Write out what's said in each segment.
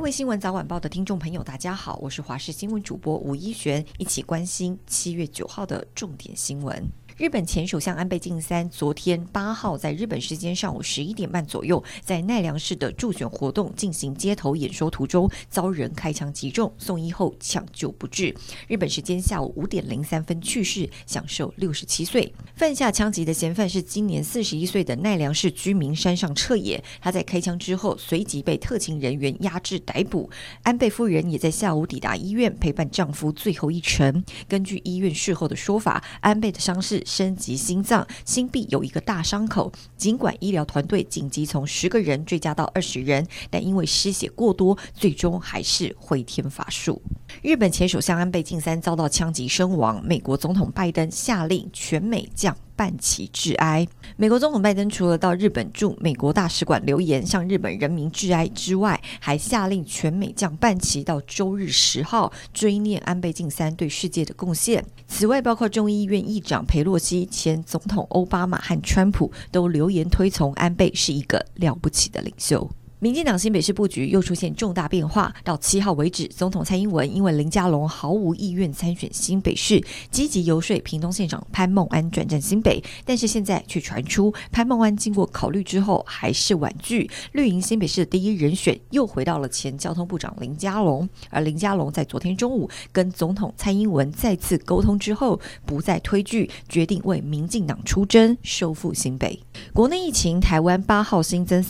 位新闻早晚报的听众朋友大家好，我是华视新闻主播吴依璇，一起关心7月9号的重点新闻。日本前首相安倍晋三昨天8号在日本时间上午11点半左右，在奈良市的助选活动进行街头演说途中，遭人开枪击中，送医后抢救不治。日本时间下午5点03分去世，享受67岁。犯下枪击的嫌犯是今年41岁的奈良市居民山上彻也，他在开枪之后随即被特勤人员压制逮捕。安倍夫人也在下午抵达医院陪伴丈夫最后一程。根据医院事后的说法，安倍的伤势升级心脏，心壁有一个大伤口。尽管医疗团队紧急从10个人追加到20人，但因为失血过多，最终还是回天乏术。日本前首相安倍晋三遭到枪击身亡，美国总统拜登下令全美将半旗致哀。美国总统拜登除了到日本驻美国大使馆留言向日本人民致哀之外，还下令全美将半旗到周日10号追念安倍晋三对世界的贡献。此外，包括众议院议长裴洛西、前总统奥巴马和川普都留言推崇安倍是一个了不起的领袖。民进党新北市布局又出现重大变化，到7号为止，总统蔡英文因为林佳龙毫无意愿参选新北市，积极游说屏东县长潘孟安转战新北，但是现在却传出潘孟安经过考虑之后还是婉拒，绿营新北市的第一人选又回到了前交通部长林佳龙。而林佳龙在昨天中午跟总统蔡英文再次沟通之后，不再推拒，决定为民进党出征，收复新北。国内疫情，台湾8号新增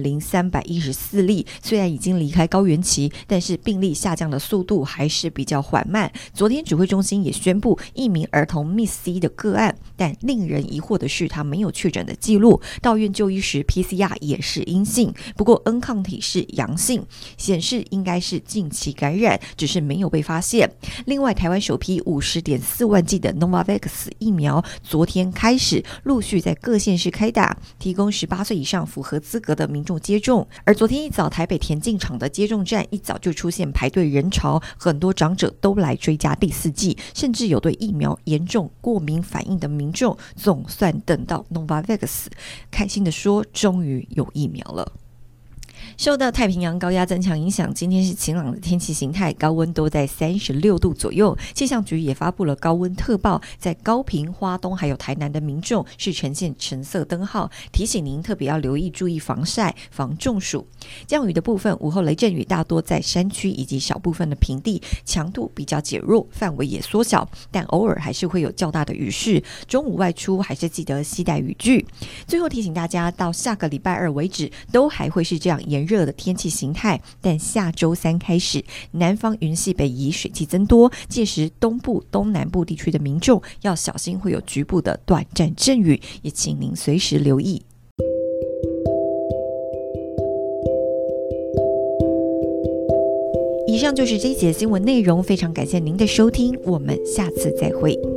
30314例，虽然已经离开高原期，但是病例下降的速度还是比较缓慢。昨天指挥中心也宣布一名儿童 Miss C 的个案，但令人疑惑的是他没有确诊的记录，到院就医时 PCR 也是阴性，不过 N 抗体是阳性，显示应该是近期感染，只是没有被发现。另外，台湾首批50.4万剂的 Novavax 疫苗昨天开始陆续在各县市开打，提供18岁以上符合资格的民众接种。而昨天一早，台北田径场的接种站一早就出现排队人潮，很多长者都来追加第4剂，甚至有对疫苗严重过敏反应的民众，总算等到 Novavax， 开心的说终于有疫苗了。受到太平洋高压增强影响，今天是晴朗的天气形态，高温都在36度左右。气象局也发布了高温特报，在高屏、花东还有台南的民众是呈现橙色灯号，提醒您特别要留意注意防晒、防中暑。降雨的部分，午后雷阵雨大多在山区以及小部分的平地，强度比较减弱，范围也缩小，但偶尔还是会有较大的雨势。中午外出还是记得携带雨具。最后提醒大家，到下个礼拜2为止，都还会是这样炎热的天气形态，但下周3开始，南方云系北移，水汽增多，届时东部、东南部地区的民众要小心会有局部的短暂阵雨，也请您随时留意。以上就是这一节新闻内容，非常感谢您的收听，我们下次再会。